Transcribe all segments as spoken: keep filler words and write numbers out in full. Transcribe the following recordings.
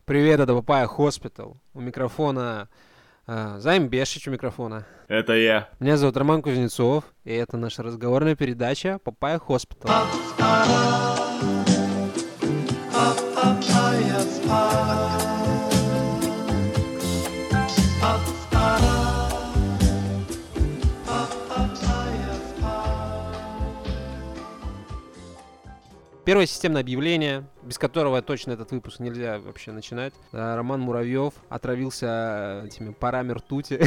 Привет, это Папайя Хоспитал. У микрофона... Э, Займ Бешич у микрофона. Это я. Меня зовут Роман Кузнецов, и это наша разговорная передача Папайя Хоспитал. Первое системное объявление, без которого точно этот выпуск нельзя вообще начинать. Роман Муравьев отравился этими парами ртути.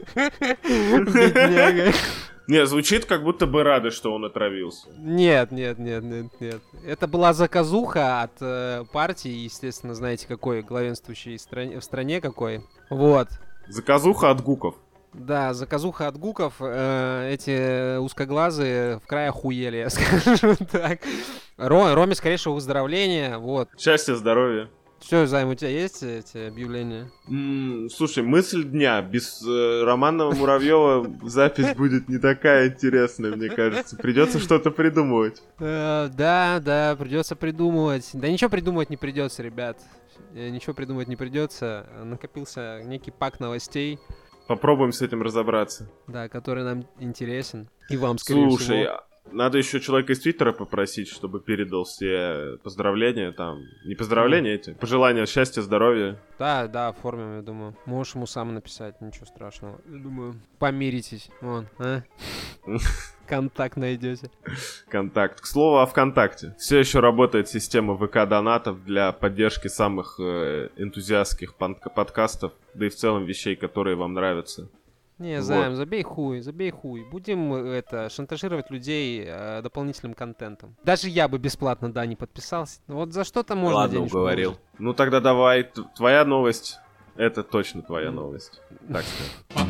Не, звучит, как будто бы рады, что он отравился. Нет, нет, нет, нет, нет. Это была заказуха от э, партии, естественно, знаете, какой главенствующей стране, в стране какой. Вот. Заказуха от гуков. Да, заказуха от гуков. Э, эти узкоглазые в край охуели, я скажу так. Ро, Роме скорейшего выздоровления, вот. Счастья, здоровья. Что, Займ, у тебя есть эти объявления? М-м, слушай, мысль дня. Без э, Романа Муравьева запись будет не такая интересная, мне кажется. Придется что-то придумывать. Э, да, да, придется придумывать. Да ничего придумывать не придется, ребят. Ничего придумывать не придется. Накопился некий пак новостей. Попробуем с этим разобраться. Да, который нам интересен. И вам, скорее Слушай, всего. Надо еще человека из Твиттера попросить, чтобы передал все поздравления там. Не поздравления эти, пожелания счастья, здоровья. Да, да, оформим, я думаю. Можешь ему сам написать, ничего страшного. Я думаю, помиритесь. Вон, а? Контакт найдете. Контакт. К слову о ВКонтакте. Все еще работает система ВК-донатов для поддержки самых э, энтузиастских подкастов, да и в целом вещей, которые вам нравятся. Не, Вот. Займ, забей хуй, забей хуй. Будем это шантажировать людей э, дополнительным контентом. Даже я бы бесплатно, да, не подписался. Вот за что-то можно Ладно, денежку уговорил. выложить. Ну тогда давай, т- твоя новость. Это точно твоя новость. Так сказать.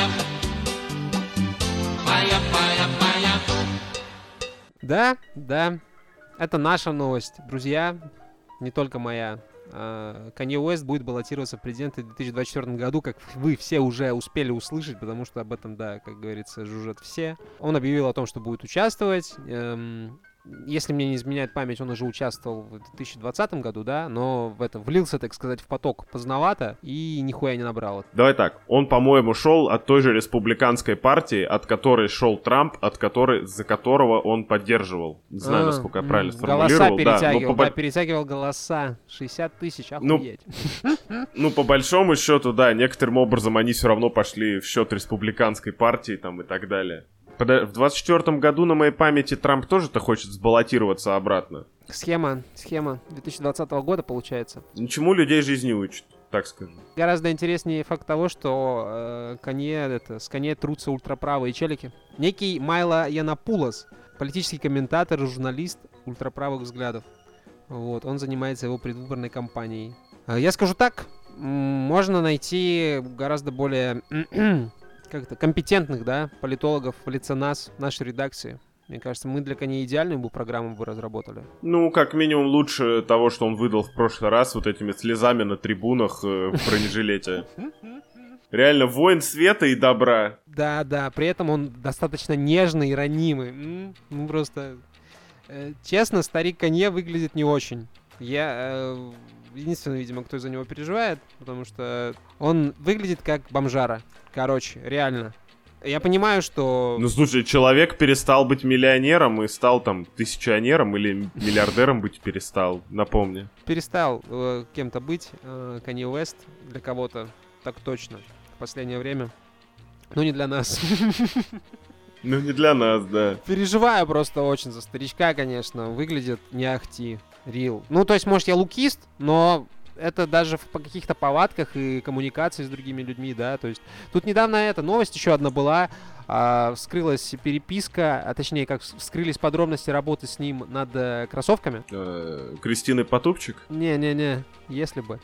Да, да. Это наша новость, друзья. Не только моя. Канье Уэст будет баллотироваться в президенты в две тысячи двадцать четвёртом году, как вы все уже успели услышать, потому что об этом, да, как говорится, жужжат все. Он объявил о том, что будет участвовать. Эм, если мне не изменяет память, он уже участвовал в две тысячи двадцатом году, да, но в этом влился, так сказать, в поток поздновато и нихуя не набрал. Давай так, он, по-моему, шел от той же республиканской партии, от которой шел Трамп, от которой, за которого он поддерживал. Не знаю, а, насколько я правильно м, сформулировал. Голоса перетягивал, да, да, по... перетягивал голоса. шестьдесят тысяч, охуеть. Ну, ну, по большому счету, да, некоторым образом они все равно пошли в счет республиканской партии там и так далее. В двадцать четвёртом году, на моей памяти, Трамп тоже-то хочет сбаллотироваться обратно. Схема, схема две тысячи двадцатого года, получается. Ничему людей жизни учат, так скажем. Гораздо интереснее факт того, что э, Канье, это, с Канье трутся ультраправые челики. Некий Майло Янапулос, политический комментатор, журналист ультраправых взглядов. Вот, он занимается его предвыборной кампанией. Э, я скажу так, м- можно найти гораздо более... как-то компетентных, да, политологов в лице нас, нашей редакции. Мне кажется, мы для Канье идеальную бы программу бы разработали. Ну, как минимум, лучше того, что он выдал в прошлый раз вот этими слезами на трибунах э, в бронежилете. Реально, воин света и добра. Да, да, при этом он достаточно нежный и ранимый. М, Ну, просто... э, Честно, старик Канье выглядит не очень. Я... э, Единственный, видимо, кто из-за него переживает, потому что он выглядит как бомжара. Короче, реально. Я понимаю, что... Ну, слушай, человек перестал быть миллионером и стал там тысячонером или миллиардером быть перестал, напомни. Перестал э, кем-то быть э, Канье Уэст для кого-то, так точно, в последнее время. Но не для нас. Ну, не для нас, да. Переживаю просто очень за старичка, конечно. Выглядит не ахти. Рил. Ну, то есть, может, я лукист, но это даже в по каких-то повадках и коммуникации с другими людьми, да, то есть тут недавно эта новость еще одна была, а, вскрылась переписка, а точнее, как вскрылись подробности работы с ним над э, кроссовками. Э, Кристины Потупчик? Не-не-не, если бы.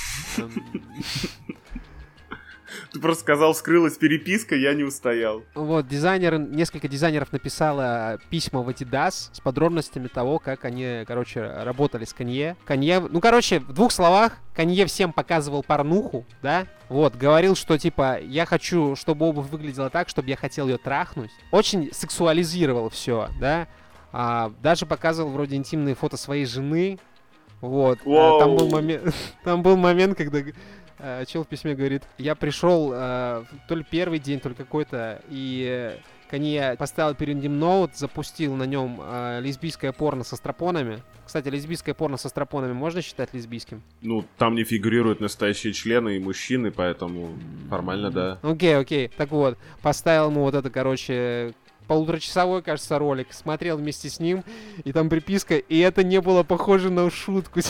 Ты просто сказал, вскрылась переписка, я не устоял. Вот, дизайнер, несколько дизайнеров написало письма в Adidas с подробностями того, как они, короче, работали с Канье. Канье, ну, короче, в двух словах, Канье всем показывал порнуху, да? Вот, говорил, что, типа, я хочу, чтобы обувь выглядела так, чтобы я хотел ее трахнуть. Очень сексуализировал все, да? А, даже показывал вроде интимные фото своей жены. Вот. А, там был момент, там был момент, когда а, чел в письме говорит, я пришел а, то ли первый день, то ли какой-то, и Канье поставил перед ним ноут, запустил на нем а, лесбийское порно со стропонами. Кстати, лесбийское порно со стропонами можно считать лесбийским? Ну, там не фигурируют настоящие члены и мужчины, поэтому формально, да. Окей, окей. Так вот, поставил ему вот это, короче, полуторачасовой, кажется, ролик. Смотрел вместе с ним, и там приписка, и это не было похоже на шутку.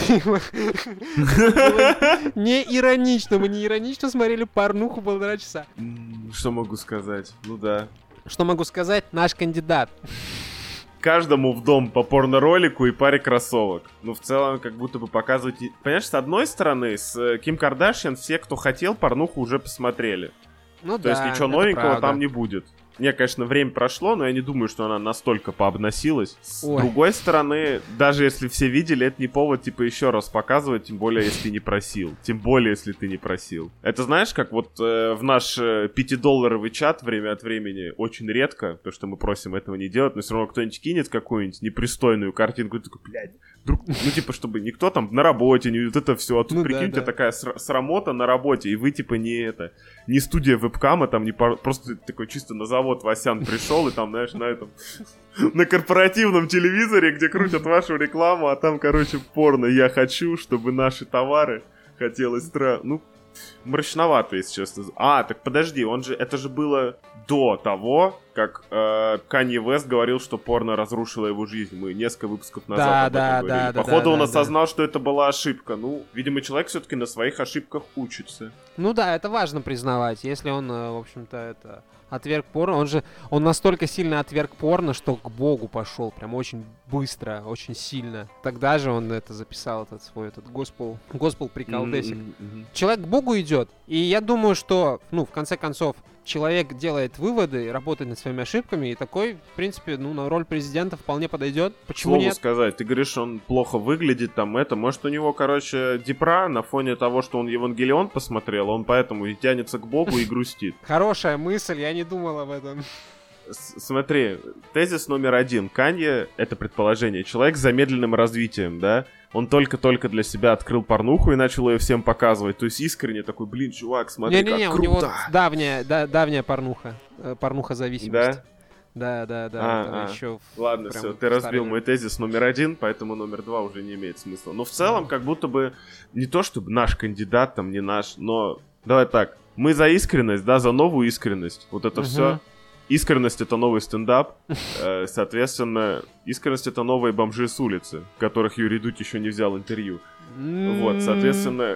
Не иронично, мы не иронично смотрели порнуху полтора часа. Что могу сказать? Ну да. Что могу сказать? Наш кандидат. Каждому в дом по порно-ролику и паре кроссовок. Ну, в целом, как будто бы показывать... Понимаешь, с одной стороны, с Ким Кардашьян все, кто хотел, порнуху уже посмотрели. Ну То да, есть ничего новенького там не будет. Не, конечно, время прошло, но я не думаю, что она настолько пообносилась. С Ой. другой стороны, даже если все видели, это не повод, типа, еще раз показывать, тем более, если ты не просил. Тем более, если ты не просил. Это знаешь, как вот э, в наш э, пятидолларовый чат время от времени очень редко, потому что мы просим этого не делать, но все равно кто-нибудь кинет какую-нибудь непристойную картинку, и такой, блядь, вдруг, ну, типа, чтобы никто там на работе, не вот это все, а тут, Ну, прикинь, да, у тебя да. такая сра- срамота на работе, и вы, типа, не это, не студия вебкама, там, не пар- просто такой чисто на завод Васян пришел, и там, знаешь, на этом, на корпоративном телевизоре, где крутят вашу рекламу, а там, короче, порно. Я хочу, чтобы наши товары хотелось стра... Ну, мрачновато, если честно. А, так подожди, он же, это же было до того, как э, Канье Уэст говорил, что порно разрушило его жизнь. Мы несколько выпусков назад Да, об этом да, говорили. да, да, Походу, да, он да, осознал, что это была ошибка. Ну, видимо, человек все-таки на своих ошибках учится. Ну да, это важно признавать. Если он, э, в общем-то, это отверг порно, он же, он настолько сильно отверг порно, что к Богу пошел, прям очень быстро, очень сильно. Тогда же он это записал, этот свой, этот госпел, госпел приколдесик. Mm-hmm, mm-hmm. Человек к Богу идет, и я думаю, что, ну, в конце концов, человек делает выводы, работает над своими ошибками, и такой, в принципе, ну, на роль президента вполне подойдет. Почему Слову нет? сказать, ты говоришь, он плохо выглядит, там это, может, у него, короче, депра на фоне того, что он Евангелион посмотрел, он поэтому и тянется к Богу и грустит. Хорошая мысль, я не думал об этом. С- Смотри, тезис номер один. Канье, это предположение, человек с замедленным развитием, да? Он только-только для себя открыл порнуху и начал ее всем показывать. То есть искренне такой, блин, чувак, смотри, Не-не-не, как у круто. него давняя, да, давняя порнуха. э, Порнуха-зависимость. Да? Да, да, да. А, там а. еще в- Ладно, прям все, ты разбил старые- мой тезис номер один, поэтому номер два уже не имеет смысла. Но в целом, как будто бы, не то чтобы наш кандидат, там, не наш, но давай так, мы за искренность, да, за новую искренность. Вот это Мгм. все. Искренность — это новый стендап, э, соответственно, искренность — это новые бомжи с улицы, которых Юрий Дудь еще не взял интервью. Вот, соответственно,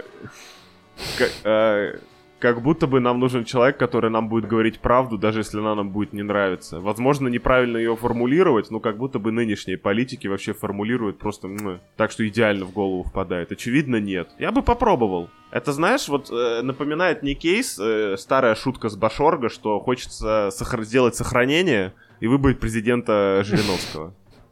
как, э, как будто бы нам нужен человек, который нам будет говорить правду, даже если она нам будет не нравиться. Возможно, неправильно ее формулировать, но как будто бы нынешние политики вообще формулируют просто м, так, что идеально в голову впадает. Очевидно, нет. Я бы попробовал. Это, знаешь, вот э, напоминает не кейс, э, старая шутка с Башорга, что хочется сохр- сделать сохранение и выбрать президента Жириновского.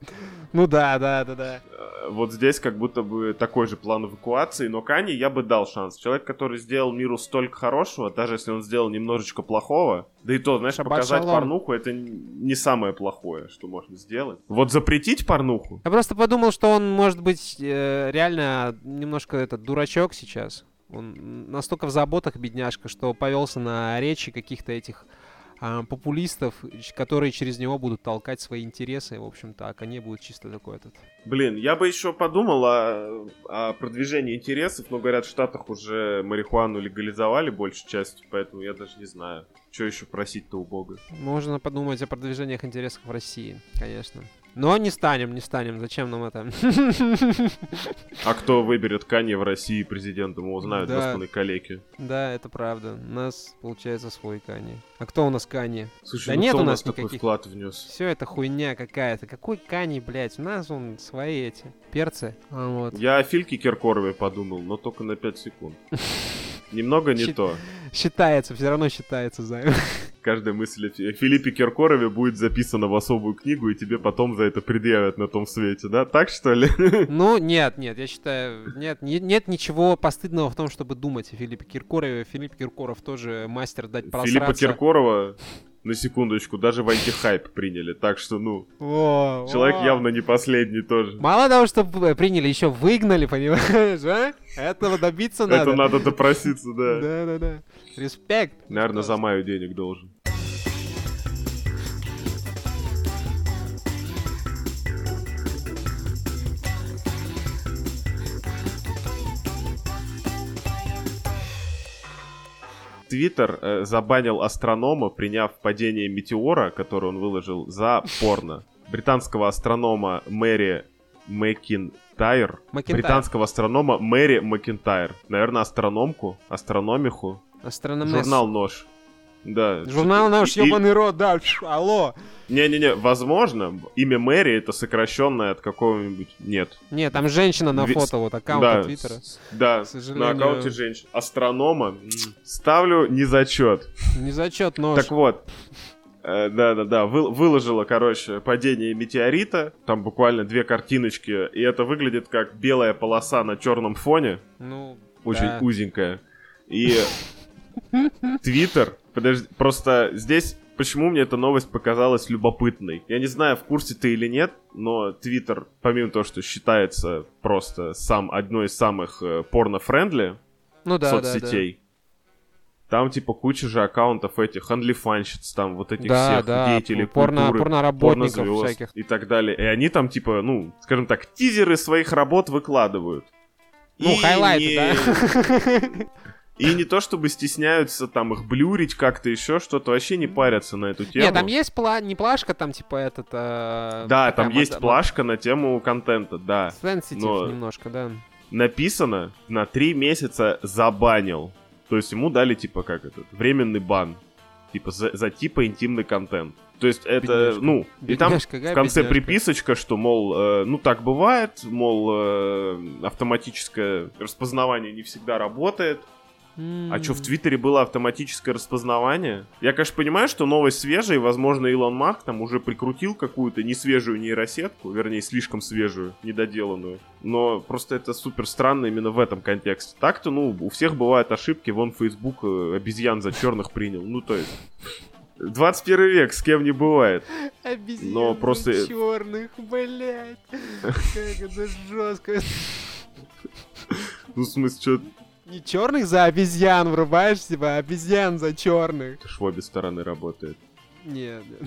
Ну да, да, да, да. Э, Вот здесь как будто бы такой же план эвакуации, но Канье я бы дал шанс. Человек, который сделал миру столько хорошего, даже если он сделал немножечко плохого, да и то, знаешь, Шаббат показать шалом. порнуху — это н- не самое плохое, что можно сделать. Вот запретить порнуху? Я просто подумал, что он, может быть, э, реально немножко этот дурачок сейчас. Он настолько в заботах, бедняжка, что повелся на речи каких-то этих а, популистов, ч- которые через него будут толкать свои интересы, в общем-то, а Канье будет чисто такой этот. Блин, я бы еще подумал о, о продвижении интересов, но говорят, в Штатах уже марихуану легализовали большей частью, поэтому я даже не знаю, что еще просить-то у Бога. Можно подумать о продвижениях интересов в России, конечно. Но не станем, не станем. Зачем нам это? А кто выберет Канье в России президентом, его знают Да. господи калеки. Да, это правда. У нас, получается, свой Канье. А кто у нас Канье? Слушай, Да ну нет кто у у нас нас такой никаких. вклад внес? Все это хуйня какая-то. Какой Канье, блядь? У нас он свои эти перцы. А, вот. Я о Фильке Киркорове подумал, но только на пять секунд. Немного не Щит- то. Считается, все равно считается, Займ. Каждая мысль о Фи- Филиппе Киркорове будет записана в особую книгу, и тебе потом за это предъявят на том свете, да? Так что ли? Ну, нет, нет, я считаю, нет, не- нет ничего постыдного в том, чтобы думать о Филиппе Киркорове. Филипп Киркоров тоже мастер дать Филиппа просраться. Киркорова На секундочку, даже в антихайп приняли. Так что, ну, О, человек о. явно не последний тоже. Мало того, что п- приняли, еще выгнали, понимаешь, а? Этого добиться надо. Это надо допроситься, да. Да-да-да. Респект. Наверное, за маю денег должен. Твиттер э, забанил астронома, приняв падение метеора, который он выложил, за порно. Британского астронома Мэри Макинтайр. Макинтайр. Британского астронома Мэри Макинтайр. Наверное, астрономку, астрономиху. Астрономес. Журнал «Нож». Да. Журнал «Нож», И- ёбаный рот, да, пш, алло. Не-не-не, возможно, имя Мэри это сокращенное от какого-нибудь... Нет. Не, там женщина на Ви- фото, вот аккаунта Да, Твиттера. с- Да, К сожалению. на аккаунте женщин. Астронома. м, Ставлю незачет. Не зачет нож. Так вот, э, да-да-да, вы- выложила, короче, падение метеорита, там буквально две картиночки, и это выглядит как белая полоса на черном фоне, Ну, очень да. узенькая. И Твиттер, подожди, просто здесь, почему мне эта новость показалась любопытной? Я не знаю, в курсе ты или нет, но Твиттер, помимо того, что считается просто сам одной из самых э, порно-френдли Ну да, да, соцсетей, там, типа, куча же аккаунтов этих, онлифанщиц, там, вот этих Да, всех да, деятелей порно- культуры, порноработников порнозвезд всяких. и так далее. И они там, типа, ну, скажем так, тизеры своих работ выкладывают. Ну, И хайлайты, не- да? И не то, чтобы стесняются там их блюрить как-то еще что-то, вообще не парятся на эту тему. Нет, там есть пла... не плашка, там типа этот... э, Да, такая там есть мод- плашка на тему контента, да. Сенситив но- немножко, да. Написано, на три месяца забанил. То есть ему дали, типа, как этот, временный бан. Типа, за, за типа интимный контент. То есть это, Бедняжка. ну, и там Бедняжка, в га, конце бедняжка. приписочка, что, мол, э, ну так бывает, мол, э, автоматическое распознавание не всегда работает. А что, в Твиттере было автоматическое распознавание? Я, конечно, понимаю, что новость свежая, и, возможно, Илон Маск там уже прикрутил какую-то несвежую нейросетку, вернее, слишком свежую, недоделанную. Но просто это супер странно именно в этом контексте. Так-то, ну, у всех бывают ошибки, вон Facebook э, обезьян за черных принял. Ну, то есть... двадцать первый век, с кем не бывает. Обезьяны Но просто- черных, блядь. Как это жестко. Ну, в смысле, что... Не черных за обезьян врубаешь, типа, а обезьян за черных. Это ж в обе стороны работает. Нет, нет.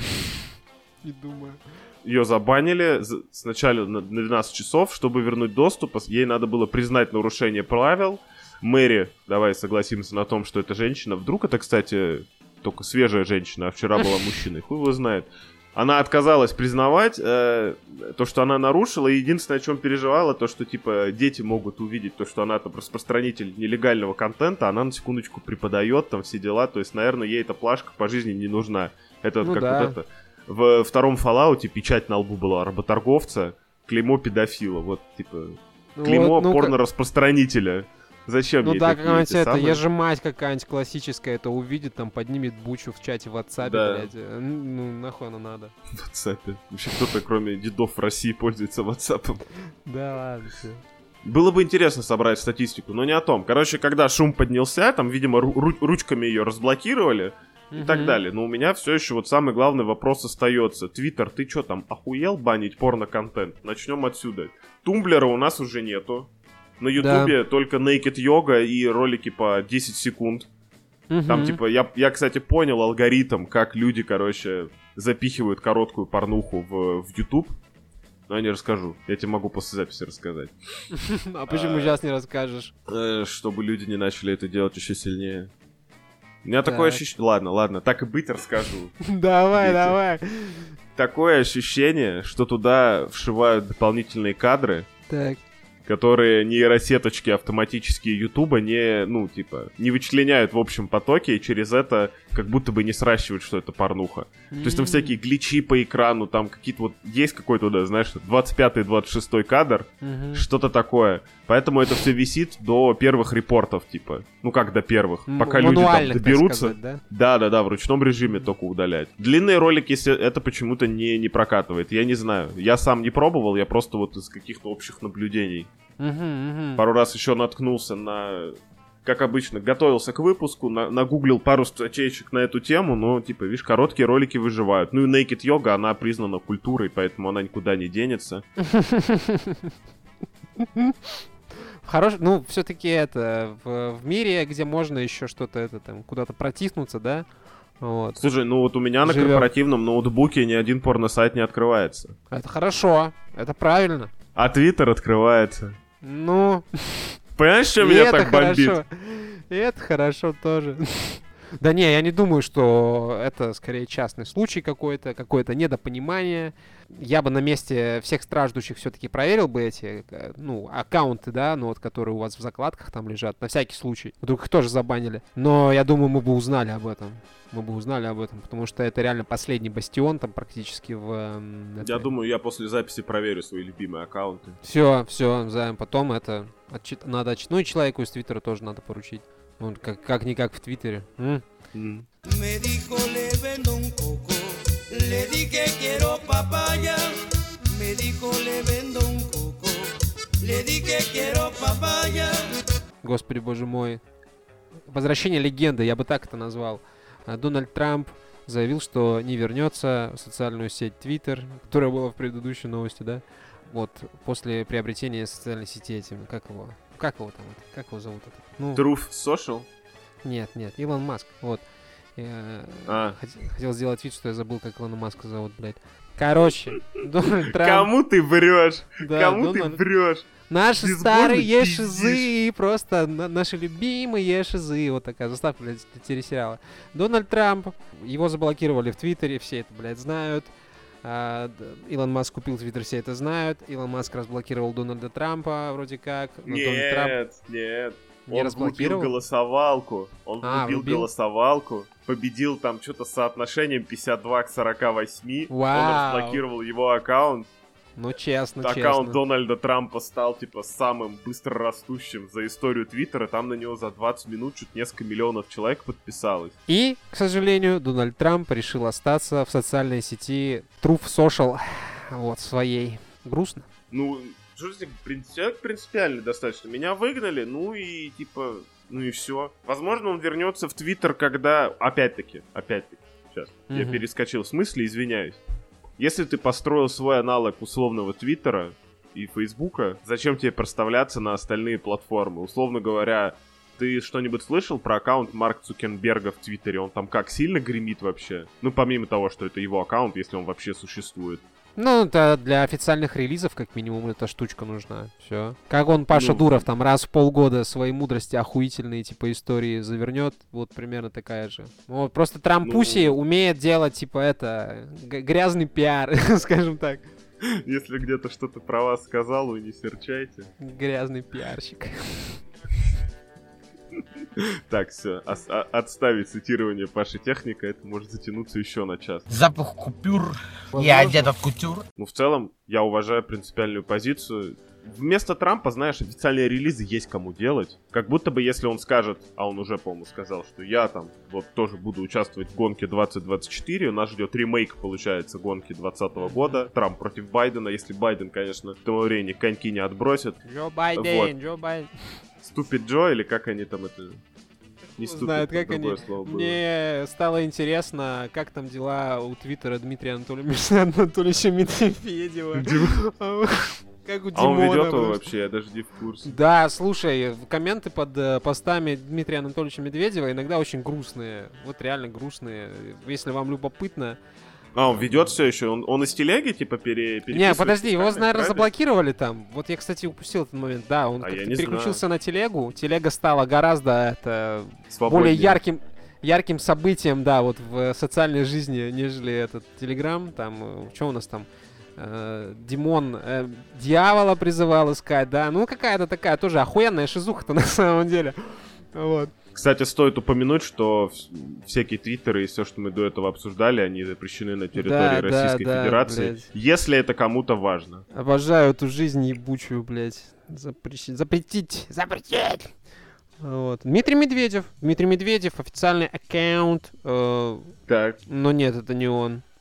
Не думаю. Ее забанили за- сначала на двенадцать часов, чтобы вернуть доступ. Ей надо было признать нарушение правил. Мэри, давай согласимся на том, что это женщина. Вдруг это, кстати, только свежая женщина, а вчера была мужчиной. Хуй его знает. Она отказалась признавать э, то, что она нарушила. И единственное, о чем переживала, то, что, типа, дети могут увидеть то, что она там распространитель нелегального контента. Она на секундочку преподает, там все дела. То есть, наверное, ей эта плашка по жизни не нужна. Это Ну как да. вот это. В втором Fallout печать на лбу была работорговца, клеймо педофила. Вот, типа, клеймо Вот, ну-ка. порно-распространителя. Зачем Ну ей да, такие какая-нибудь эти это, самые- я же мать какая-нибудь классическая это увидит, там поднимет бучу в чате в WhatsApp, Да. блядь. э, Ну, нахуй оно надо. в WhatsApp. Вообще, кто-то, кроме дедов в России, пользуется WhatsApp. Да ладно, всё. Было бы интересно собрать статистику, но не о том. Короче, когда шум поднялся, там, видимо, ру- ру- ручками ее разблокировали и так Мгм. далее. Но у меня все еще вот самый главный вопрос остается. Твиттер, ты что там, охуел банить порно-контент? Начнем отсюда. Тумблера у нас уже нету. На Ютубе только Naked Yoga и ролики по десять секунд. Там, Мгм. типа, я, я, кстати, понял алгоритм, как люди, короче, запихивают короткую порнуху в, в YouTube. Но я не расскажу. Я тебе могу после записи рассказать. А почему сейчас не расскажешь? Э, чтобы люди не начали это делать еще сильнее. У меня такое Так. ощущение... Ладно, ладно, так и быть расскажу. Давай, Дети. давай. Такое ощущение, что туда вшивают дополнительные кадры, Так. которые нейросеточки автоматические Ютуба не, ну, типа, не вычленяют в общем потоке, и через это как будто бы не сращивают, что это порнуха. То есть там всякие гличи по экрану, там какие-то вот... Есть какой-то, да, знаешь, двадцать пятый двадцать шестой кадр, Мгм. что-то такое. Поэтому это все висит до первых репортов, типа. Ну как до первых? М- Пока люди там мануальных, так доберутся. сказать, да? Да-да-да, в ручном режиме только удалять. Длинные ролики се- это почему-то не, не прокатывает. Я не знаю. Я сам не пробовал, я просто вот из каких-то общих наблюдений. Мгм, мгм. Пару раз еще наткнулся на как обычно, готовился к выпуску, на- нагуглил пару статейчек на эту тему, но, типа, видишь, короткие ролики выживают. Ну и Naked Yoga, она признана культурой, поэтому она никуда не денется. Хорош, ну, все-таки это, в, в мире, где можно еще что-то, это, там, куда-то протиснуться, да, вот. Слушай, ну вот у меня на Живем. корпоративном ноутбуке ни один порно-сайт не открывается. Это хорошо, это правильно. А Твиттер открывается. Ну, Понимаешь, что и меня это так бомбит? хорошо, и это хорошо тоже. Да не, я не думаю, что это скорее частный случай какой-то, какое-то недопонимание. Я бы на месте всех страждущих все-таки проверил бы эти, э, ну, аккаунты, да, ну вот, которые у вас в закладках там лежат, на всякий случай. Вдруг их тоже забанили. Но я думаю, мы бы узнали об этом. Мы бы узнали об этом, потому что это реально последний бастион там практически в... эм, Я этой- думаю, я после записи проверю свои любимые аккаунты. Все, все, Займ, потом это отчит- надо отчит- Ну и человеку из Твиттера тоже надо поручить. Он как- как-никак в Твиттере. М? М. Me dijo le vendo un coco, le dije quiero papaya. Me dijo le vendo un coco, le dije quiero papaya. Господи, боже мой. Возвращение легенды, я бы так это назвал. А, Дональд Трамп заявил, что не вернется в социальную сеть Twitter, которая была в предыдущей новости, да? Вот, после приобретения социальной сети этим, как его? Как его там? это? Как его зовут? Это? Ну, Truth Social? нет, нет, Илон Маск, вот. Я А. хот- хотел сделать вид, что я забыл, как Илона Маска зовут, блядь. Короче, Дональд Трамп... Кому ты врешь? Да, Кому ты Дональд- врешь? Наши Безбожно старые пиздишь. шизы, просто на- наши любимые шизы. Вот такая заставка, блядь, для телесериала. Дональд Трамп, его заблокировали в Твиттере, все это, блядь, знают. А, д- Илон Маск купил Твиттер, все это знают. Илон Маск разблокировал Дональда Трампа, вроде как. Но Дональд Трамп Нет, нет. не Он врубил разблокировал. голосовалку. Он А, врубил врубил? голосовалку. Победил там что-то с соотношением пятьдесят два к сорока восьми. Он Вау. разблокировал его аккаунт. Ну, честно, Аккаунт честно. Дональда Трампа стал, типа, самым быстро растущим за историю Твиттера. Там на него за двадцать минут чуть несколько миллионов человек подписалось. И, к сожалению, Дональд Трамп решил остаться в социальной сети Truth Social, вот, своей. Грустно. Ну, что ж, человек принципиальный достаточно. Меня выгнали, ну и, типа, ну и все. Возможно, он вернется в Твиттер, когда... Опять-таки, опять-таки, сейчас, я Мгм. перескочил в смысле, извиняюсь. Если ты построил свой аналог условного Твиттера и Фейсбука, зачем тебе проставляться на остальные платформы? Условно говоря, ты что-нибудь слышал про аккаунт Марка Цукерберга в Твиттере? Он там как сильно гремит вообще? Ну, помимо того, что это его аккаунт, если он вообще существует. Ну, это для официальных релизов, как минимум, эта штучка нужна. Все. Как он, Паша Ну. Дуров, там раз в полгода свои мудрости охуительные, типа, истории завернет, вот примерно такая же. Вот, просто Трампуси Ну. умеет делать, типа, это, г- грязный пиар, скажем так. Если где-то что-то про вас сказал, вы не серчайте. Грязный пиарщик. Так, все, отставить цитирование Паши Техника, это может затянуться еще на час. Запах купюр. Я одет от кутюр. Ну, в целом, я уважаю принципиальную позицию. Вместо Трампа, знаешь, официальные релизы есть кому делать. Как будто бы, если он скажет, а он уже, по-моему, сказал, что я там вот тоже буду участвовать в гонке двадцать двадцать четыре, у нас ждет ремейк, получается, гонки двадцатого года, Трамп против Байдена, если Байден, конечно, к тому времени коньки не отбросит. Джо Байден, Джо Байден. Ступид Джо, или как они там это... Не ступид, Знает, там как они. другое слово было. Мне стало интересно, как там дела у Твиттера Дмитрия Анатольевича Анатольевича Медведева. Как у А он Димона. ведет его просто. вообще, я даже не в курсе. Да, слушай, комменты под э, постами Дмитрия Анатольевича Медведева иногда очень грустные. Вот реально грустные. Если вам любопытно. А, он ведет все еще? Он, он из телеги, типа, пере, Не, переписывает подожди, его, местами, наверное, правильно? заблокировали там. Вот я, кстати, упустил этот момент. Да, он А как-то я не переключился на телегу. Телега стала гораздо это, Свободнее. более ярким, ярким событием, да, вот в социальной жизни, нежели этот Телеграм. Там, что у нас там? Э, Димон э, дьявола призывал искать, да. Ну, какая-то такая тоже охуенная шизуха-то на самом деле. Вот. Кстати, стоит упомянуть, что вс- всякие твиттеры и все, что мы до этого обсуждали, они запрещены на территории Да, да, Российской да, Федерации, блядь. если это кому-то важно. Обожаю эту жизнь ебучую, блядь. Запрещ- Запретить. Запретить. Вот. Дмитрий Медведев. Дмитрий Медведев, официальный аккаунт. э, Так. но нет, это не он.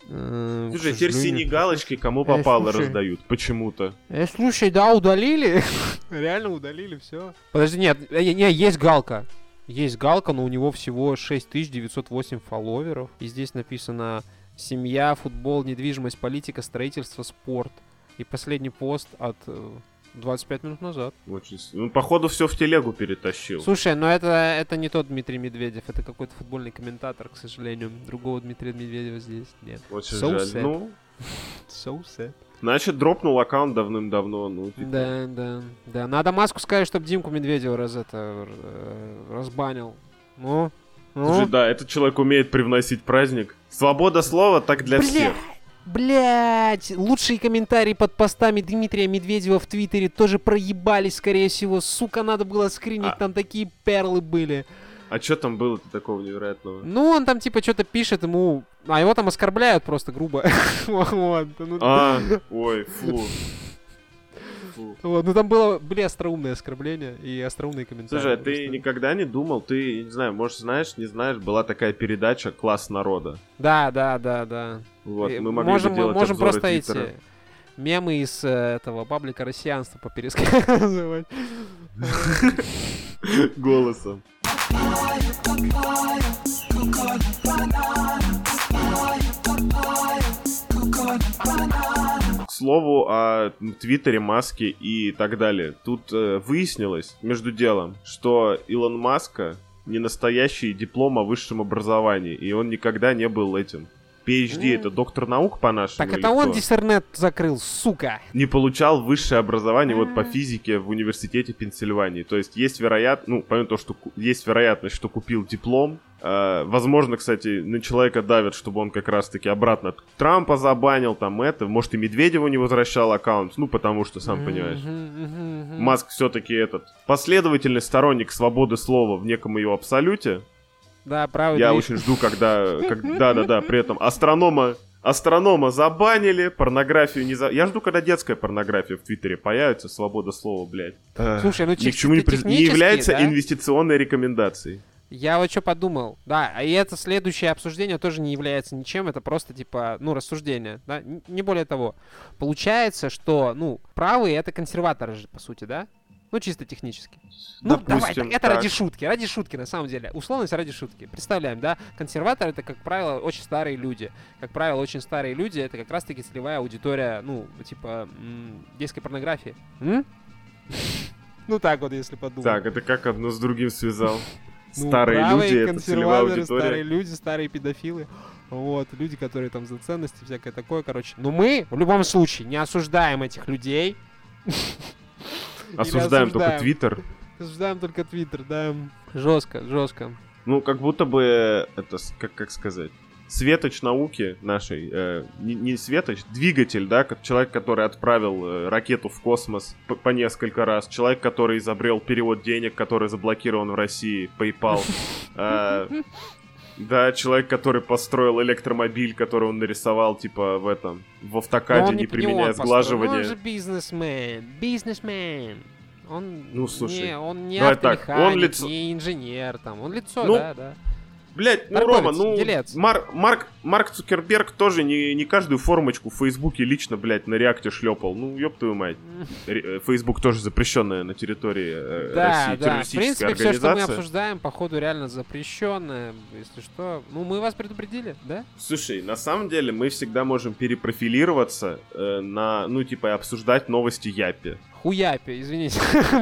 Э, Слушай, к теперь сожалению. синие галочки кому Э, попало слушай. раздают. Почему-то. Э, слушай, да, удалили. Реально удалили, все. Подожди, нет, э, не, есть галка. Есть галка, но у него всего шесть тысяч девятьсот восемь фолловеров. И здесь написано «Семья, футбол, недвижимость, политика, строительство, спорт». И последний пост от э, двадцать пять минут назад. Очень... с- Ну, походу, все в телегу перетащил. Слушай, но это, это не тот Дмитрий Медведев, это какой-то футбольный комментатор, к сожалению. Другого Дмитрия Медведева здесь нет. Очень So жаль. sad. Ну, So sad. значит, дропнул аккаунт давным-давно. Ну, типа, Да, да, да. Надо Маску сказать, чтобы Димку Медведева раз это э, разбанил. Ну, ну. Слушай, да, этот человек умеет привносить праздник. Свобода слова так для всех. Блять, лучшие комментарии под постами Дмитрия Медведева в Твиттере тоже проебались, скорее всего. Сука, надо было скринить, А- там такие перлы были. А что там было-то такого невероятного? Ну, он там типа что-то пишет ему, а его там оскорбляют просто грубо. Вот, ну, А, ой, фу. Фу. вот, ну там было, были остроумные оскорбления и остроумные комментарии. Слушай, а ты просто. никогда не думал, ты, не знаю, может, знаешь, не знаешь, была такая передача «Класс народа». Да, да, да, да. Вот, И мы могли можем, бы делать можем обзоры просто Твиттера. эти мемы из э, этого паблика россиянства попересказывать. Голосом. К слову о Твиттере, Маске и так далее. Тут э, выяснилось, между делом, что Илон Маска не настоящий диплом о высшем образовании, и он никогда не был этим. пи эйч ди М. это доктор наук по-нашему? Так или это он кто? диссернет закрыл, сука. Не получал высшее образование вот по А. физике в университете Пенсильвании. То есть есть вероятность, ну, помимо того, что ку- есть вероятность, что купил диплом. Э, возможно, кстати, на человека давят, чтобы он как раз-таки обратно Трампа забанил, там это. Может, и Медведеву не возвращал аккаунт, ну, потому что, сам понимаешь. Мгм, мгм, мгм. Маск все-таки этот последовательный сторонник свободы слова в неком ее абсолюте. Да, правый Я движ. очень жду, когда... как- Да-да-да, при этом астронома... Астронома забанили, порнографию не за... Я жду, когда детская порнография в Твиттере появится, свобода слова, блядь. Слушай, ну Ни к чисто чему не, приз- не технически, является да? инвестиционной рекомендацией. Я вот что подумал. Да, и это следующее обсуждение тоже не является ничем, это просто типа, ну, рассуждение, да, Н- не более того. Получается, что, ну, правые это консерваторы же, по сути, да? Ну, чисто технически. Ну, давай, Допустим, так, это так. ради шутки, ради шутки, на самом деле. Условность ради шутки. Представляем, да? Консерваторы — это, как правило, очень старые люди. Как правило, очень старые люди — это как раз-таки целевая аудитория, ну, типа, м, детской порнографии. М? Ну, так вот, если подумать. Так, это как одно с другим связал? Ну, Старые правые люди, это целевая консерваторы, старые аудитория. люди, старые педофилы. Вот, люди, которые там за ценности, всякое такое, короче. Но мы, в любом случае, не осуждаем этих людей. Или Осуждаем только осуждаем. Твиттер. Осуждаем только Твиттер, да. Жестко, жестко. Ну, как будто бы, это, с- как, как сказать, светоч науки нашей, э, не, не светоч, двигатель, да, как человек, который отправил э, ракету в космос по, по несколько раз, человек, который изобрел перевод денег, который заблокирован в России, PayPal, Э, да, человек, который построил электромобиль, который он нарисовал, типа, в этом, в Но автокаде, он не не применяя он построил, ну, сглаживания. Он же бизнесмен, бизнесмен. Он Ну, слушай, не, он не давай так, автомеханик, он лицо- не инженер, там, он лицо, Ну, да, да. Блять, ну, Торговец, Рома, ну, делец. Мар- Марк, Марк Цукерберг тоже не, не каждую формочку в Фейсбуке лично, блядь, на реакте шлепал. Ну, ёб твою мать. Ре- Фейсбук тоже запрещенная на территории э, Да, России да. В террористическая принципе, все, что мы организация. обсуждаем, походу, реально запрещенное. Если что. Ну, мы вас предупредили, да? Слушай, на самом деле мы всегда можем перепрофилироваться э, на, ну, типа, и обсуждать новости Япи. Хуяпи, извините.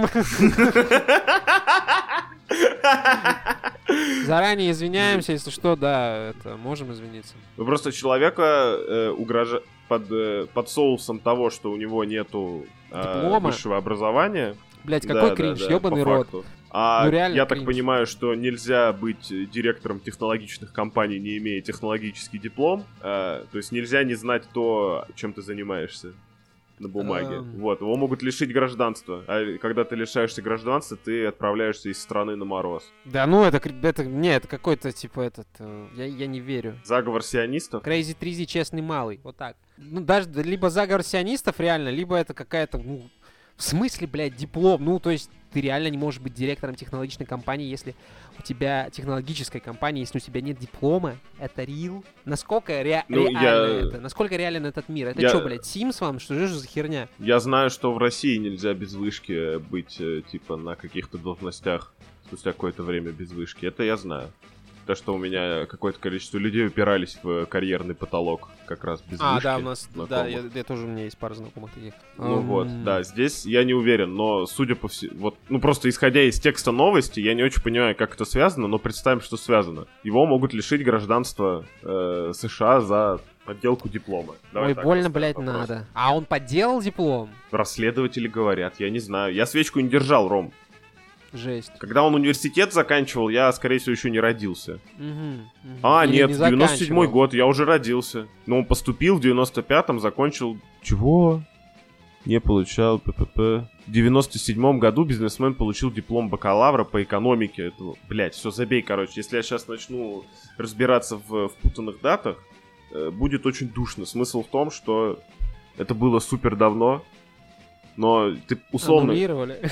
Заранее извиняемся, если что, да, это можем извиниться. Вы просто человека э, угрожа... под, э, под соусом того, что у него нету э, Диплома? высшего образования. Блять, Да, какой да, кринж, да, ебаный по рот. факту. А Ну, реально я так кринж. понимаю, что нельзя быть э, директором технологичных компаний, не имея технологический диплом. Э, то есть нельзя не знать то, чем ты занимаешься на бумаге. Эм. Вот, его могут лишить гражданства. А когда ты лишаешься гражданства, ты отправляешься из страны на мороз. Да ну, это, кр- это не, это какой-то, типа, этот, э, я, я не верю. Заговор сионистов? Crazy Тризи, честный малый, вот так. Ну, даже да, либо заговор сионистов реально, либо это какая-то, ну, в смысле, блядь, диплом, ну, то есть, ты реально не можешь быть директором технологичной компании, если у тебя технологическая компания, если у тебя нет диплома. Это real? Насколько ре- Ну, реально я- это? Насколько реален этот мир? Это Я- что, блядь, Sims вам? Что же за херня? Я знаю, что в России нельзя без вышки быть, э, типа, на каких-то должностях спустя какое-то время без вышки. Это я знаю. То, что у меня какое-то количество людей упирались в карьерный потолок как раз без А, вышки. да, у нас, да, я, знакомых. я тоже, у меня есть пара знакомых таких. Ну Ам, вот, да, здесь я не уверен, но судя по всему, вот, ну просто исходя из текста новости, я не очень понимаю, как это связано, но представим, что связано. Его могут лишить гражданства э, США за подделку диплома. Давай Ой, так больно, поставим блядь, вопрос. надо. А он подделал диплом? Расследователи говорят, я не знаю. Я свечку не держал, Ром. Жесть. Когда он университет заканчивал, я, скорее всего, еще не родился. Мгм, мгм. А, Или нет, не девяносто седьмой заканчивал. год, я уже родился. Но он поступил в девяносто пятом, закончил... Чего? Не получал ППП. В девяносто седьмом году бизнесмен получил диплом бакалавра по экономике. Это, блядь, все, забей, короче. Если я сейчас начну разбираться в впутанных датах, э, будет очень душно. Смысл в том, что это было супер давно, но ты условно... Аннулировали.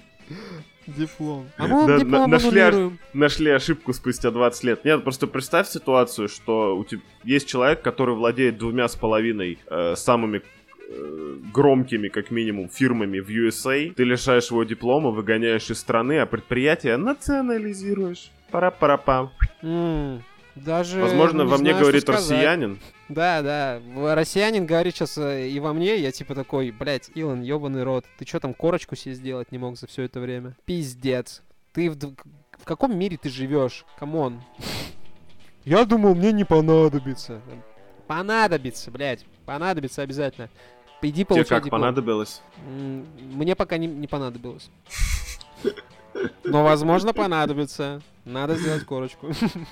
Диплом. А мы Да, вам диплом на- нашли аж- аннулируем. Нашли ошибку спустя двадцать лет. Нет, просто представь ситуацию, что у тебя есть человек, который владеет двумя с половиной э, самыми э, громкими, как минимум, фирмами в ю эс эй. Ты лишаешь его диплома, выгоняешь из страны, а предприятие национализируешь. Пара-пара-пам. М, Даже Возможно, не во мне знаю, что говорит сказать. россиянин. Да, да. В- Россиянин говорит сейчас и во мне, я типа такой, блядь, Илон, ёбаный рот, ты чё там корочку себе сделать не мог за все это время? Пиздец. Ты в, д- в каком мире ты живешь? Камон. Я думал, мне не понадобится. Понадобится, блядь. Понадобится обязательно. Иди Тебе получай как диплом. понадобилось? М, Мне пока не, не понадобилось. Но, возможно, понадобится. Надо сделать корочку.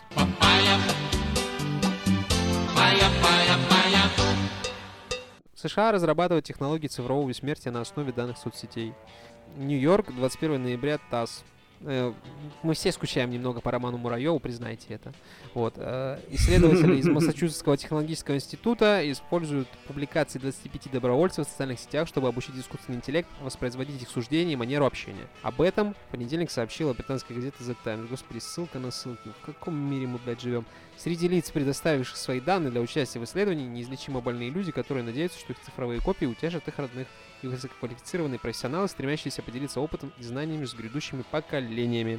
США разрабатывают технологии цифрового бессмертия на основе данных соцсетей. Нью-Йорк, двадцать первого ноября, ТАСС. Э, Мы все скучаем немного по Роману Муравьеву, признайте это. Вот. э, Исследователи из Массачусетского технологического института используют публикации двадцати пяти добровольцев в социальных сетях, чтобы обучить искусственный интеллект воспроизводить их суждения и манеру общения. Об этом в понедельник сообщила британская газета The Times. Господи, ссылка на ссылку. В каком мире мы, блядь, живем? Среди лиц, предоставивших свои данные для участия в исследовании, неизлечимо больные люди, которые надеются, что их цифровые копии утешат их родных, и высококвалифицированные профессионалы, стремящиеся поделиться опытом и знаниями с грядущими поколениями.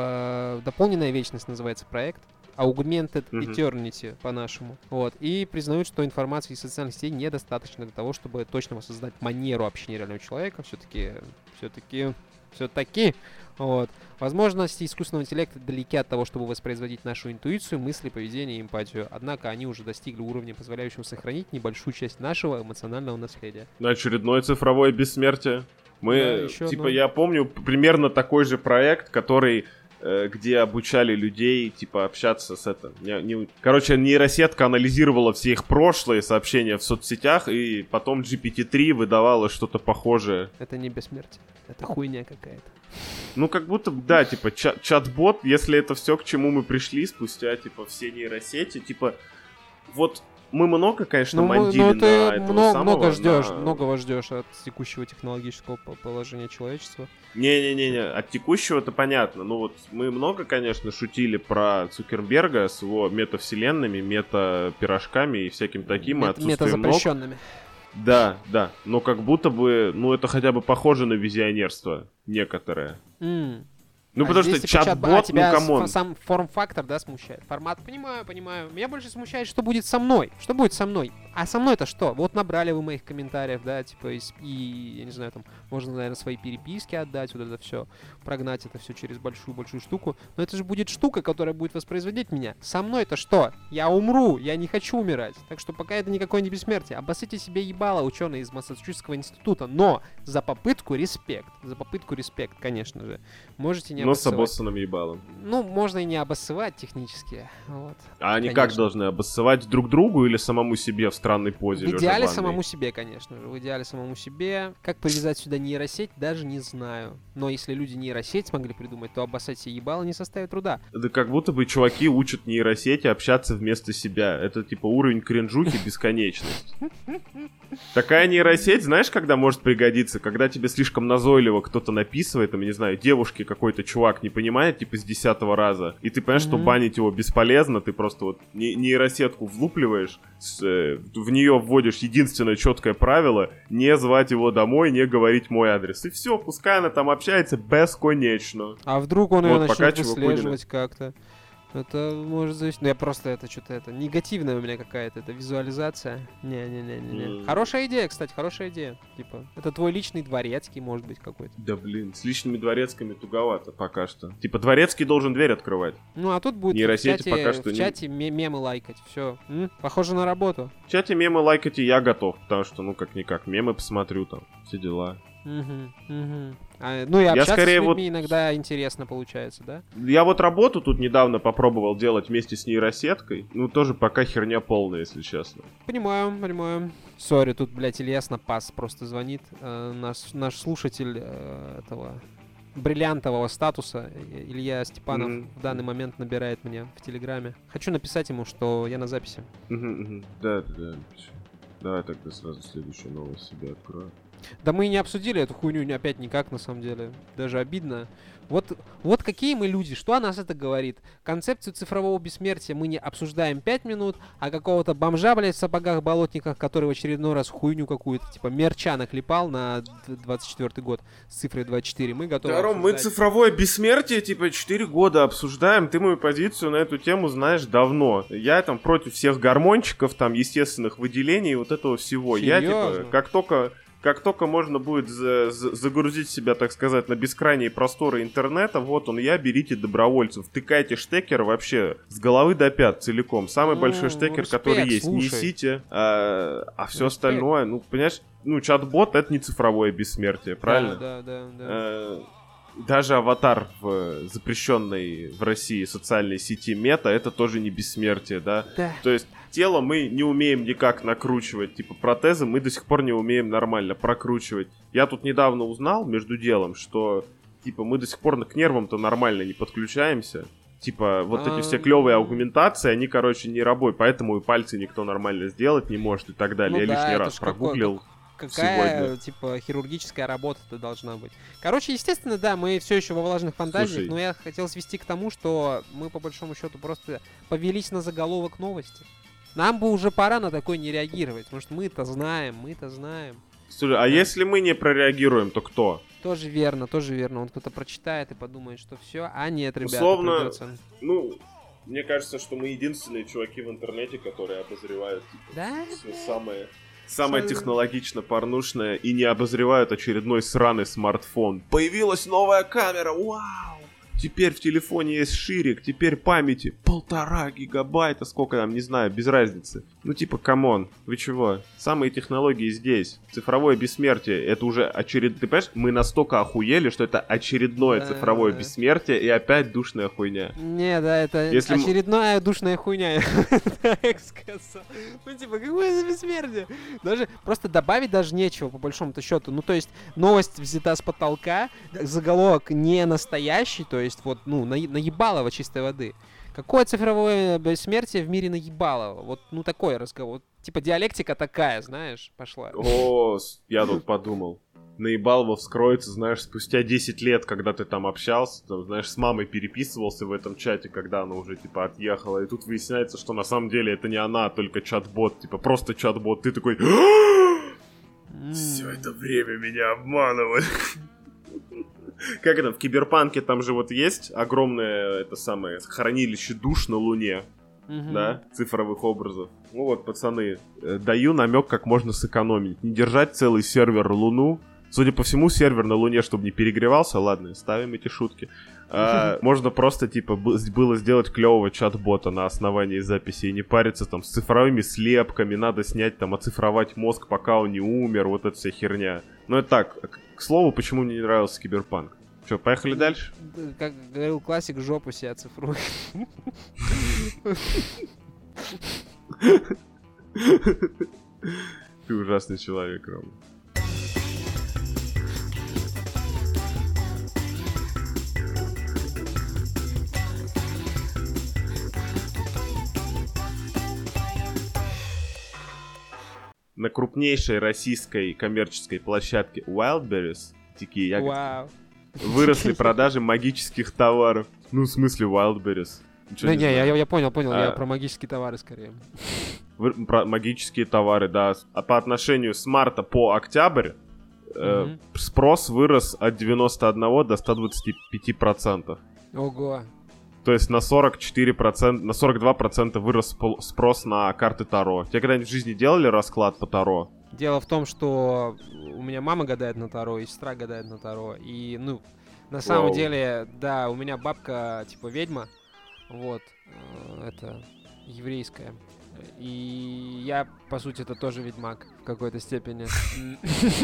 По- Дополненная вечность называется проект. Augmented Мгм. Eternity по-нашему. Вот. И признают, что информации из социальных сетей недостаточно для того, чтобы точно воссоздать манеру общения реального человека. Все-таки, все-таки, все-таки. Вот. Возможности искусственного интеллекта далеки от того, чтобы воспроизводить нашу интуицию, мысли, поведение и эмпатию. Однако они уже достигли уровня, позволяющего сохранить небольшую часть нашего эмоционального наследия. На очередное цифровое бессмертие. Мы, Да, еще типа, одно. я помню примерно такой же проект, который, э, где обучали людей, типа, общаться с это. Не- не- короче, нейросетка анализировала все их прошлые сообщения в соцсетях, и потом джи пи ти три выдавала что-то похожее. Это не бессмертие. Это хуйня какая-то. Ну, как будто, да, типа, ча- чат-бот, если это все, к чему мы пришли спустя, типа, все нейросети, типа, вот мы много, конечно, Ну, мы- мандили ну, на ты этого много, самого, много ждешь, на- многого ждешь от текущего технологического по- положения человечества. Не-не-не, от текущего-то понятно. Ну вот мы много, конечно, шутили про Цукерберга с его метавселенными, мета-пирожками и всяким таким, и Мет- отсутствием ног. метазапрещенными. Да, да, но как будто бы, ну это хотя бы похоже на визионерство некоторое. М. Ну А потому здесь что типа чат-бот, а ну тебя с- камон. сам форм-фактор, да, смущает. Формат, понимаю, понимаю. Меня больше смущает, что будет со мной. Что будет со мной? А со мной-то что? Вот набрали вы моих комментариев, да, типа, из- и, я не знаю, там, можно, наверное, свои переписки отдать, вот это все, прогнать это все через большую-большую штуку. Но это же будет штука, которая будет воспроизводить меня. Со мной-то что? Я умру, я не хочу умирать. Так что пока это никакое не бессмертие. Обоссите себе ебало, ученые из Массачусетского института. Но за попытку респект. За попытку респект, конечно же. Можете не Но с обоссывать. обоссанным ебалом. Ну, можно и не обоссывать технически. Вот. А они Конечно. как должны обоссывать друг другу или самому себе в странной позе? В лежа идеале в ванной? самому себе, конечно же. В идеале самому себе. Как привязать сюда нейросеть, даже не знаю. Но если люди нейросеть смогли придумать, то обоссать себе ебало не составит труда. Да как будто бы чуваки учат нейросети общаться вместо себя. Это типа уровень кринжухи бесконечность. Такая нейросеть, знаешь, когда может пригодиться? Когда тебе слишком назойливо кто-то написывает, там, я не знаю, девушке какой-то чувак не понимает, типа, с десятого раза, и ты понимаешь, что Мгм. банить его бесполезно, ты просто вот не- нейросетку влупливаешь, с, э, в нее вводишь единственное четкое правило: не звать его домой, не говорить мой адрес. И все, пускай она там общается бесконечно. А вдруг он ее Вот, пока начнет чуваку выслеживать как-то? Это может зависеть. Ну, я просто это что-то это негативная у меня какая-то это визуализация. Не-не-не-не. М. Хорошая идея, кстати, хорошая идея. Типа, это твой личный дворецкий, может быть, какой-то. Да блин, с личными дворецкими туговато пока что. Типа дворецкий должен дверь открывать. Ну, а тут будет в Нейросети чате, пока что в не- чате ме- мемы лайкать. Все. Похоже на работу. В чате мемы лайкать и я готов, потому что, ну, как-никак, мемы посмотрю там, все дела. Мгм, мгм. А, ну и общаться скорее с людьми вот- иногда интересно получается, да? Я вот работу тут недавно попробовал делать вместе с нейросеткой. Ну, тоже пока херня полная, если честно. Понимаю, понимаю. Сори, тут, блядь, Ильяс на пас просто звонит. Э, наш, наш слушатель э, этого бриллиантового статуса, э, Илья Степанов, Мгм. в данный момент набирает мне в Телеграме. Хочу написать ему, что я на записи. Мгм, мгм. Да, да, да. Всё. Давай тогда сразу следующую новость себе открою. Да мы и не обсудили эту хуйню ни- опять никак, на самом деле. Даже обидно. Вот, вот какие мы люди, что о нас это говорит? Концепцию цифрового бессмертия мы не обсуждаем пять минут, а какого-то бомжа, блядь, в сапогах-болотниках, который в очередной раз хуйню какую-то, типа мерча наклепал на д- двадцать четвёртый год с цифрой двадцать четыре. Мы готовы Да, Ром, мы обсуждать. цифровое бессмертие, типа, четыре года обсуждаем. Ты мою позицию на эту тему знаешь давно. Я там против всех гормончиков, там, естественных выделений и вот этого всего. Я, Серьёзно? типа, как только... Как только можно будет за- за- загрузить себя, так сказать, на бескрайние просторы интернета, вот он я, берите добровольцев, втыкайте штекер вообще с головы до пят целиком. Самый Ну, большой штекер, респект, который есть. слушай. Несите, а, а все Респект. остальное, ну, понимаешь, ну, чат-бот — это не цифровое бессмертие, правильно? Да, да, да. да. Э, Даже аватар в запрещенной в России социальной сети Мета — это тоже не бессмертие, да? Да. То есть тело мы не умеем никак накручивать, типа протезы мы до сих пор не умеем нормально прокручивать. Я тут недавно узнал, между делом, что типа мы до сих пор к нервам-то нормально не подключаемся. Типа вот эти все А. клевые аугментации, они, короче, не работают, поэтому и пальцы никто нормально сделать не может и так далее. Ну Я да, лишний это раз ж какой- прогуглил. Какая, сегодня. типа, хирургическая работа-то должна быть. Короче, естественно, да, мы все еще во влажных фантазиях, Слушай. но я хотел свести к тому, что мы, по большому счету, просто повелись на заголовок новости. Нам бы уже пора на такое не реагировать, потому что мы-то знаем, мы-то знаем. Слушай, а если мы не прореагируем, то кто? Тоже верно, тоже верно. Он кто-то прочитает и подумает, что все, а нет, ребята, Условно, придется. Ну, мне кажется, что мы единственные чуваки в интернете, которые обозревают типа, Да? все самое, самое Что- технологично порнушное и не обозревают очередной сраный смартфон. Появилась новая камера, вау! Теперь в телефоне есть ширик, теперь памяти полтора гигабайта, сколько там, не знаю, без разницы. Ну типа, камон, вы чего? Самые технологии здесь. Цифровое бессмертие, это уже очередное... Ты понимаешь, мы настолько охуели, что это очередное Да, цифровое да. бессмертие и опять душная хуйня. Не, да, это Если м- очередная душная хуйня, я так сказал. Ну, типа, какое это бессмертие? Даже просто добавить даже нечего, по большому-то счету. Ну, то есть, новость взята с потолка, заголовок не настоящий, то есть, вот, ну, на, наебалово чистой воды. Какое цифровое бессмертие в мире наебалово? Вот, ну, такой разговор. Типа, диалектика такая, знаешь, пошла. О, с- я тут подумал. Наебалово вскроется, знаешь, спустя десять лет, когда ты там общался, там, знаешь, с мамой переписывался в этом чате, когда она уже, типа, отъехала, и тут выясняется, что на самом деле это не она, а только чат-бот, типа, просто чат-бот. Ты такой... М. Все это время меня обманывали. Как это, в Киберпанке там же вот есть огромное, это самое, хранилище душ на Луне, Мгм. да, цифровых образов. Ну вот, пацаны, э, даю намек, как можно сэкономить. Не держать целый сервер Луну. Судя по всему, сервер на Луне, чтобы не перегревался, ладно, ставим эти шутки. А, можно просто, типа, б- было сделать клевого чат-бота на основании записи и не париться там с цифровыми слепками, надо снять там, оцифровать мозг, пока он не умер, вот эта вся херня. Ну это так, к- к слову, почему мне не нравился Киберпанк. Что, поехали дальше? Как говорил классик, жопу себе оцифруй. Ты ужасный человек, Рома. На крупнейшей российской коммерческой площадке Wildberries, дикие ягоды, Вау. выросли продажи магических товаров. Ну, в смысле Wildberries? Да не, я, я понял, понял, А. я про магические товары скорее. Вы- про магические товары, да. А по отношению с марта по октябрь э, Мгм. спрос вырос от девяноста одного до ста двадцати пяти процентов. Ого. То есть на сорок четыре процента, на сорок два процента вырос спол- спрос на карты Таро. Тебе когда-нибудь в жизни делали расклад по Таро? Дело в том, что у меня мама гадает на Таро, и сестра гадает на Таро. И, ну, на самом Вау. деле, да, у меня бабка, типа, ведьма. Вот. э, Это еврейская. И я, по сути, это тоже ведьмак в какой-то степени. М.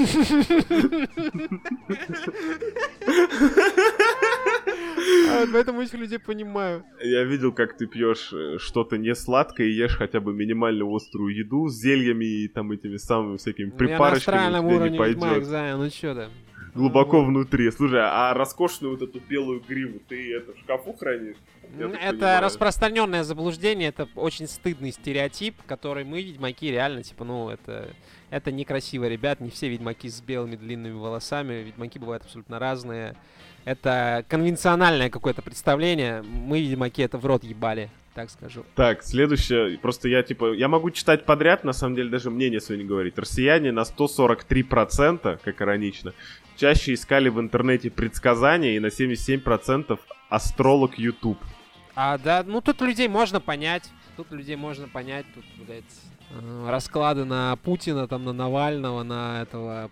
А вот поэтому этих людей понимаю. Я видел, как ты пьешь э, что-то не сладкое и ешь хотя бы минимально острую еду с зельями и там этими самыми всякими Ну, я на припарочками. астральном тебе не уровне ведьмак, пойдет. Зая, ну чё ты? Глубоко Вот. внутри. Слушай, а роскошную вот эту белую гриву ты это в шкафу хранишь? Я так Это понимаю. распространенное заблуждение, это очень стыдный стереотип, который мы, ведьмаки, реально, типа, ну, это, это некрасиво, ребят, не все ведьмаки с белыми длинными волосами, ведьмаки бывают абсолютно разные. Это конвенциональное какое-то представление, мы, ведьмаки, это в рот ебали, так скажу. Так, следующее. Просто я, типа, я могу читать подряд, на самом деле, даже мнение свое не говорить. Россияне на сто сорок три процента, как иронично, чаще искали в интернете предсказания и на семьдесят семь процентов астролог YouTube. А, да, ну, тут людей можно понять, тут людей можно понять, тут, блядь, э, расклады на Путина, там, на Навального, на этого,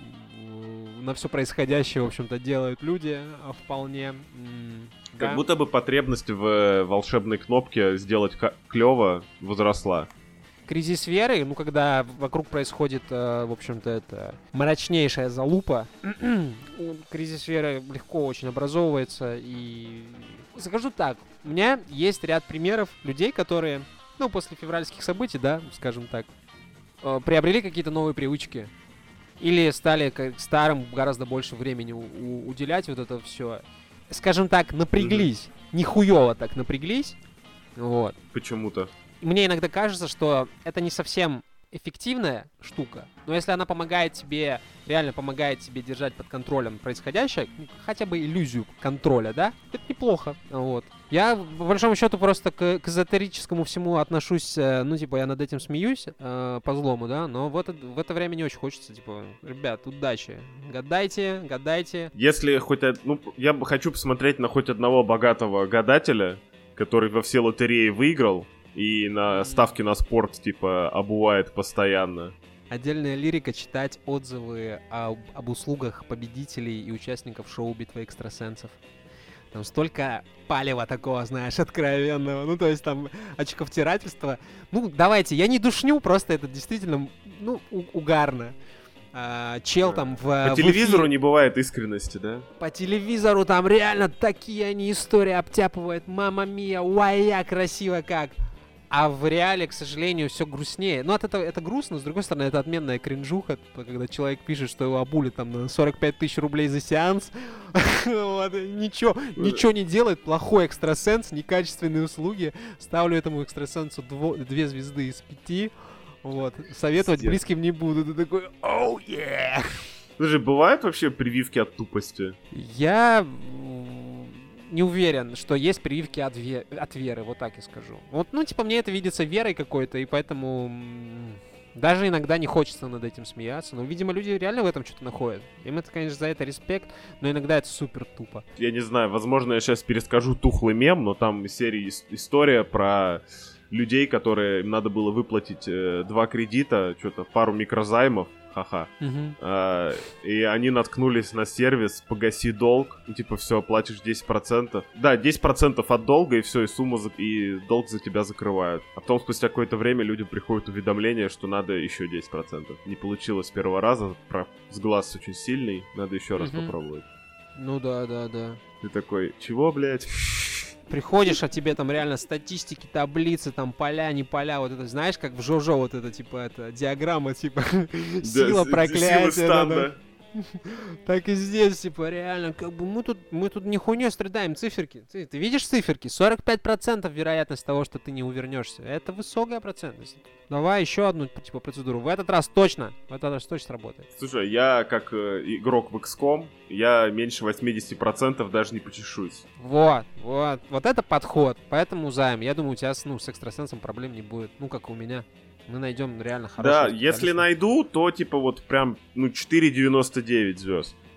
м, на все происходящее, в общем-то, делают люди а, вполне. м, Как да. будто бы потребность в э, волшебной кнопке сделать клево возросла. Кризис веры, ну, когда вокруг происходит, э, в общем-то, это мрачнейшая залупа, кризис веры легко очень образовывается, и скажу так, у меня есть ряд примеров людей, которые, ну, после февральских событий, да, скажем так, э, приобрели какие-то новые привычки, или стали как старым гораздо больше времени у- у- уделять вот это все, скажем так, напряглись, нихуево так напряглись, вот. Почему-то. Мне иногда кажется, что это не совсем эффективная штука, но если она помогает тебе, реально помогает тебе держать под контролем происходящее, ну, хотя бы иллюзию контроля, да, это неплохо, вот. Я, по большому счету, просто к, к эзотерическому всему отношусь, э, ну, типа, я над этим смеюсь, э, по злому, да, но в это, в это время не очень хочется, типа, ребят, удачи, гадайте, гадайте. Если хоть... од- Ну, я бы хочу посмотреть на хоть одного богатого гадателя, который во все лотереи выиграл, и на ставки на спорт, типа, обувает постоянно. Отдельная лирика — читать отзывы об, об услугах победителей и участников шоу «Битва экстрасенсов». Там столько палева такого, знаешь, откровенного. Ну, то есть там очковтирательство. Ну, давайте, я не душню, просто это действительно, ну, у- угарно. А, чел там в... По в телевизору эфире- не бывает искренности, да? По телевизору там реально такие они истории обтяпывают. Мама мия, уая, красиво как. А в реале, к сожалению, все грустнее. Ну, от этого это грустно, с другой стороны, это отменная кринжуха, типа, когда человек пишет, что его обули там на сорок пять тысяч рублей за сеанс. Вот, Ничего, ничего не делает, плохой экстрасенс, некачественные услуги. Ставлю этому экстрасенсу дво- две звезды из пяти. Вот, советовать Пиздец. близким не буду. Ты такой, оу, yeah! Слушай, бывают вообще прививки от тупости? Я м, не уверен, что есть прививки от, ве- от веры, вот так я скажу. Вот, ну, типа, мне это видится верой какой-то, и поэтому м, даже иногда не хочется над этим смеяться. Но, видимо, люди реально в этом что-то находят. Им это, конечно, за это респект, но иногда это супер тупо. Я не знаю, возможно, я сейчас перескажу тухлый мем, но там из серии ис- история про людей, которые им надо было выплатить э, два кредита, что-то пару микрозаймов, ха-ха. Мгм. А, и они наткнулись на сервис «Погаси долг», и типа все, платишь десять процентов. Да, десять процентов от долга, и все, и сумма, за- и долг за тебя закрывают. А потом спустя какое-то время людям приходит уведомление, что надо еще десять процентов. Не получилось с первого раза, про... сглаз очень сильный, надо еще раз Мгм. попробовать. Ну да, да, да. Ты такой, чего, блядь? Приходишь, а тебе там реально статистики, таблицы, там поля, не поля, вот это, знаешь, как в Жожо вот это, типа, это, диаграмма, типа, сила проклятия. Сила станда. Так и здесь, типа, реально, как бы мы тут, мы тут не хуйней страдаем, циферки. Ты, ты видишь циферки? сорок пять процентов вероятность того, что ты не увернешься. Это высокая процентность. Давай еще одну, типа, процедуру. В этот раз точно, в этот раз точно сработает. Слушай, я как э, игрок в икс ком, я меньше восемьдесят процентов даже не почешусь. Вот, вот, вот это подход. Поэтому, Займ, я думаю, у тебя, ну, с экстрасенсом проблем не будет. Ну, как у меня. Мы найдем реально хороший. Да, если найду, то типа вот прям, ну, четыре девяносто девять звезд.